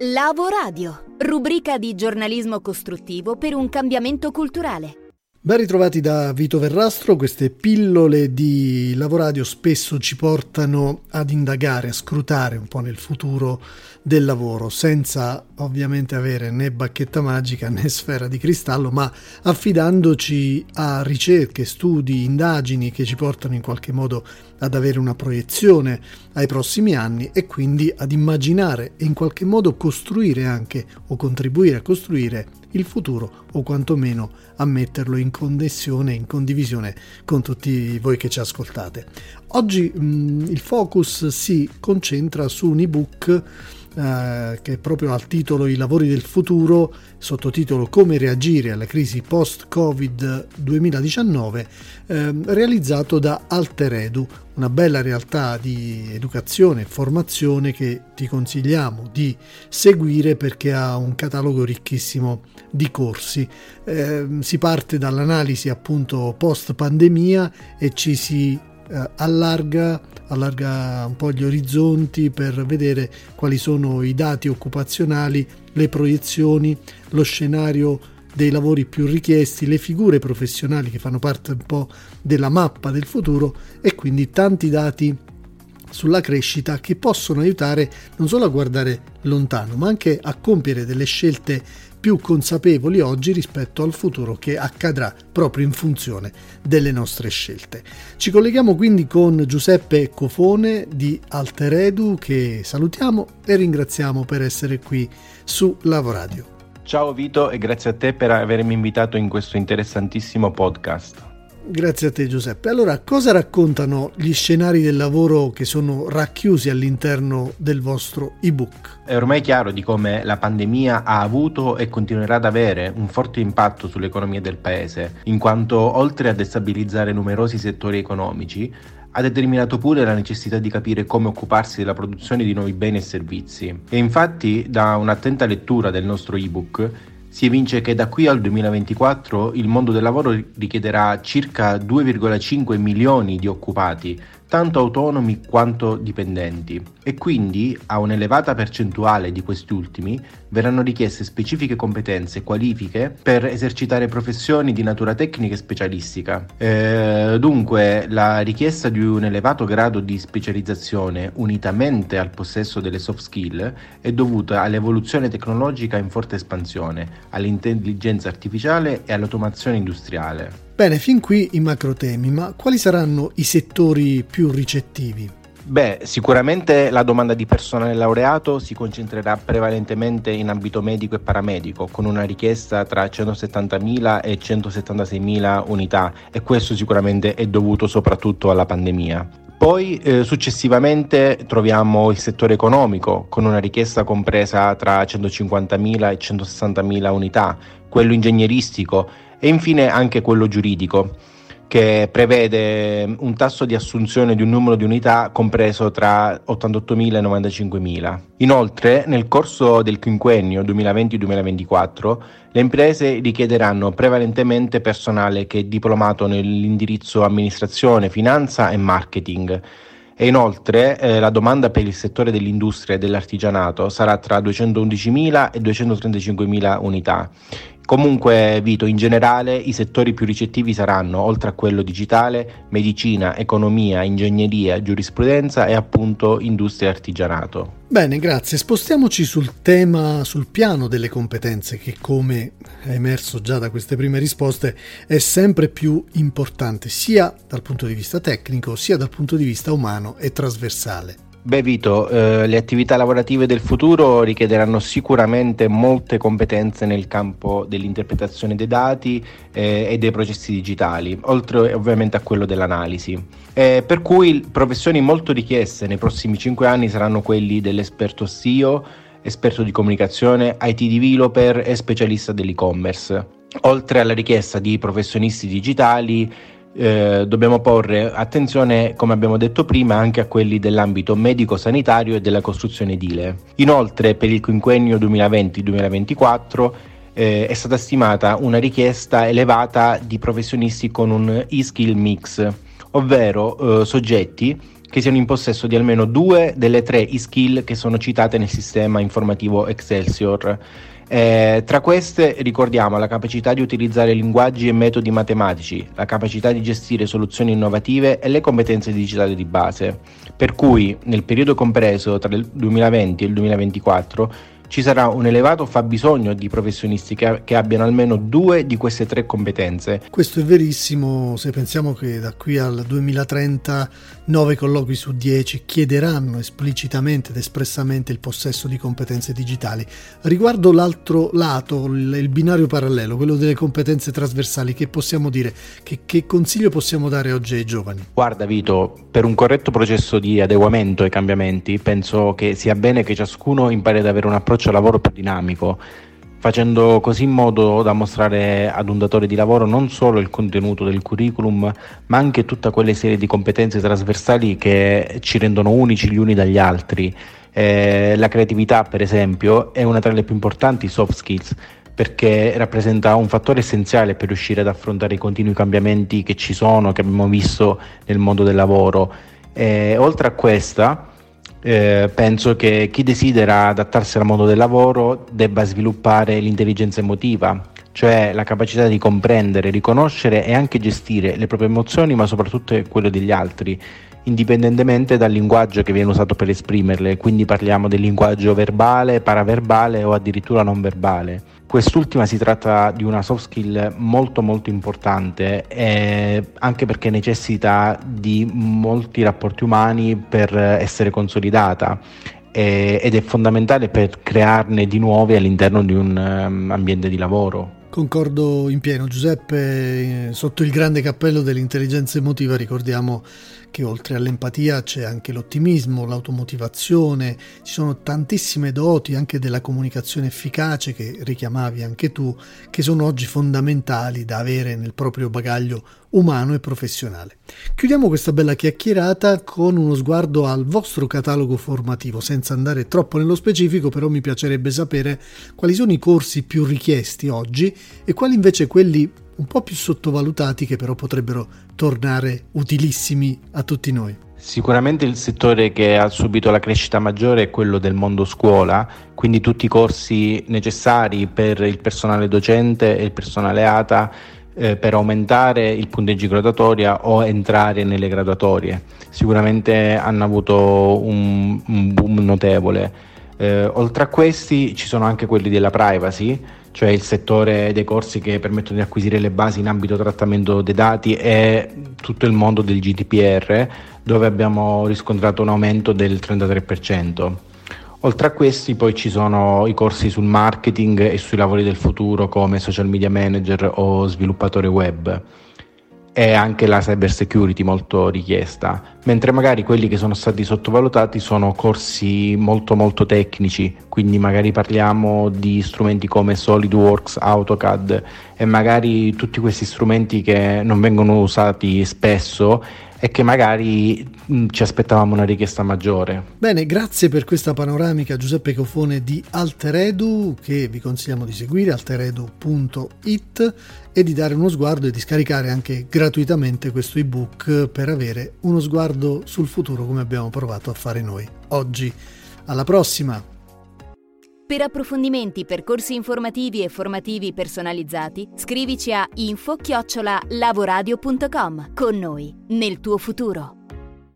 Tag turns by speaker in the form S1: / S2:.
S1: Lavoradio, rubrica di giornalismo costruttivo per un cambiamento culturale.
S2: Ben ritrovati da Vito Verrastro. Queste pillole di Lavoradio spesso ci portano ad indagare, a scrutare un po' nel futuro del lavoro, senza ovviamente avere né bacchetta magica né sfera di cristallo, ma affidandoci a ricerche, studi, indagini che ci portano in qualche modo ad avere una proiezione ai prossimi anni e quindi ad immaginare e in qualche modo costruire anche o contribuire a costruire il futuro o quantomeno a metterlo in connessione, in condivisione con tutti voi che ci ascoltate. Oggi il focus si concentra su un ebook che proprio al titolo I lavori del futuro, sottotitolo Come reagire alla crisi post-Covid 2019, realizzato da Alteredu, una bella realtà di educazione e formazione che ti consigliamo di seguire perché ha un catalogo ricchissimo di corsi. Si parte dall'analisi appunto post-pandemia e ci si allarga un po' gli orizzonti per vedere quali sono i dati occupazionali, le proiezioni, lo scenario dei lavori più richiesti, le figure professionali che fanno parte un po' della mappa del futuro e quindi tanti dati sulla crescita che possono aiutare non solo a guardare lontano ma anche a compiere delle scelte più consapevoli oggi rispetto al futuro che accadrà proprio in funzione delle nostre scelte. Ci colleghiamo quindi con Giuseppe Cofone di Alteredu, che salutiamo e ringraziamo per essere qui su Lavoradio.
S3: Ciao Vito e grazie a te per avermi invitato in questo interessantissimo podcast.
S2: Grazie a te Giuseppe. Allora, cosa raccontano gli scenari del lavoro che sono racchiusi all'interno del vostro ebook?
S3: È ormai chiaro di come la pandemia ha avuto e continuerà ad avere un forte impatto sull'economia del paese, in quanto oltre a destabilizzare numerosi settori economici, ha determinato pure la necessità di capire come occuparsi della produzione di nuovi beni e servizi. E infatti, da un'attenta lettura del nostro ebook, si evince che da qui al 2024 il mondo del lavoro richiederà circa 2,5 milioni di occupati, tanto autonomi quanto dipendenti, e quindi a un'elevata percentuale di questi ultimi verranno richieste specifiche competenze e qualifiche per esercitare professioni di natura tecnica e specialistica. Dunque la richiesta di un elevato grado di specializzazione unitamente al possesso delle soft skill è dovuta all'evoluzione tecnologica in forte espansione, all'intelligenza artificiale e all'automazione industriale.
S2: Bene, fin qui i macro temi, ma quali saranno i settori più ricettivi?
S3: Beh, sicuramente la domanda di personale laureato si concentrerà prevalentemente in ambito medico e paramedico, con una richiesta tra 170.000 e 176.000 unità, e questo sicuramente è dovuto soprattutto alla pandemia. Poi successivamente troviamo il settore economico, con una richiesta compresa tra 150.000 e 160.000 unità, quello ingegneristico e infine anche quello giuridico, che prevede un tasso di assunzione di un numero di unità compreso tra 88.000 e 95.000. Inoltre, nel corso del quinquennio 2020-2024, le imprese richiederanno prevalentemente personale che è diplomato nell'indirizzo amministrazione, finanza e marketing. E inoltre la domanda per il settore dell'industria e dell'artigianato sarà tra 211.000 e 235.000 unità. Comunque, Vito, in generale i settori più ricettivi saranno, oltre a quello digitale, medicina, economia, ingegneria, giurisprudenza e appunto industria e artigianato.
S2: Bene, grazie. Spostiamoci sul piano delle competenze che, come è emerso già da queste prime risposte, è sempre più importante, sia dal punto di vista tecnico, sia dal punto di vista umano e trasversale.
S3: Beh Vito, le attività lavorative del futuro richiederanno sicuramente molte competenze nel campo dell'interpretazione dei dati e dei processi digitali, oltre ovviamente a quello dell'analisi. Per cui professioni molto richieste nei prossimi 5 anni saranno quelli dell'esperto SEO, esperto di comunicazione, IT developer e specialista dell'e-commerce. Oltre alla richiesta di professionisti digitali, dobbiamo porre attenzione, come abbiamo detto prima, anche a quelli dell'ambito medico-sanitario e della costruzione edile. Inoltre, per il quinquennio 2020-2024 è stata stimata una richiesta elevata di professionisti con un e-skill mix, ovvero soggetti che siano in possesso di almeno 2 delle 3 skill che sono citate nel sistema informativo Excelsior. Tra queste ricordiamo la capacità di utilizzare linguaggi e metodi matematici, la capacità di gestire soluzioni innovative e le competenze digitali di base. Per cui nel periodo compreso tra il 2020 e il 2024 ci sarà un elevato fabbisogno di professionisti che abbiano almeno 2 di queste 3 competenze.
S2: Questo è verissimo se pensiamo che da qui al 2030 9 colloqui su 10 chiederanno esplicitamente ed espressamente il possesso di competenze digitali. Riguardo l'altro lato, il binario parallelo, quello delle competenze trasversali, che possiamo dire? Che consiglio possiamo dare oggi ai giovani?
S3: Guarda Vito, per un corretto processo di adeguamento ai cambiamenti penso che sia bene che ciascuno impari ad avere un approccio al lavoro più dinamico, facendo così in modo da mostrare ad un datore di lavoro non solo il contenuto del curriculum, ma anche tutta quelle serie di competenze trasversali che ci rendono unici gli uni dagli altri. La creatività, per esempio, è una tra le più importanti soft skills, perché rappresenta un fattore essenziale per riuscire ad affrontare i continui cambiamenti che ci sono, che abbiamo visto nel mondo del lavoro. Oltre a questa, penso che chi desidera adattarsi al mondo del lavoro debba sviluppare l'intelligenza emotiva, cioè la capacità di comprendere, riconoscere e anche gestire le proprie emozioni, ma soprattutto quelle degli altri, indipendentemente dal linguaggio che viene usato per esprimerle. Quindi parliamo del linguaggio verbale, paraverbale o addirittura non verbale. Quest'ultima si tratta di una soft skill molto molto importante, anche perché necessita di molti rapporti umani per essere consolidata, ed è fondamentale per crearne di nuovi all'interno di un ambiente di lavoro.
S2: Concordo in pieno, Giuseppe. Sotto il grande cappello dell'intelligenza emotiva ricordiamo che oltre all'empatia c'è anche l'ottimismo, l'automotivazione, ci sono tantissime doti anche della comunicazione efficace che richiamavi anche tu, che sono oggi fondamentali da avere nel proprio bagaglio umano e professionale. Chiudiamo questa bella chiacchierata con uno sguardo al vostro catalogo formativo, senza andare troppo nello specifico, però mi piacerebbe sapere quali sono i corsi più richiesti oggi e quali invece quelli un po' più sottovalutati che però potrebbero tornare utilissimi a tutti noi.
S3: Sicuramente il settore che ha subito la crescita maggiore è quello del mondo scuola, quindi tutti i corsi necessari per il personale docente e il personale ATA per aumentare il punteggio graduatoria o entrare nelle graduatorie. Sicuramente hanno avuto un boom notevole. Oltre a questi ci sono anche quelli della privacy, cioè il settore dei corsi che permettono di acquisire le basi in ambito trattamento dei dati, e tutto il mondo del GDPR, dove abbiamo riscontrato un aumento del 33%. Oltre a questi poi ci sono i corsi sul marketing e sui lavori del futuro come social media manager o sviluppatore web, e anche la cyber security molto richiesta, mentre magari quelli che sono stati sottovalutati sono corsi molto molto tecnici, quindi magari parliamo di strumenti come SolidWorks, AutoCAD, e magari tutti questi strumenti che non vengono usati spesso e che magari ci aspettavamo una richiesta maggiore.
S2: Bene, grazie per questa panoramica Giuseppe Cofone di Alteredu, che vi consigliamo di seguire, alteredu.it, e di dare uno sguardo e di scaricare anche gratuitamente questo ebook per avere uno sguardo sul futuro come abbiamo provato a fare noi oggi. Alla prossima!
S1: Per approfondimenti, percorsi informativi e formativi personalizzati, scrivici a info@lavoradio.com. Con noi, nel tuo futuro.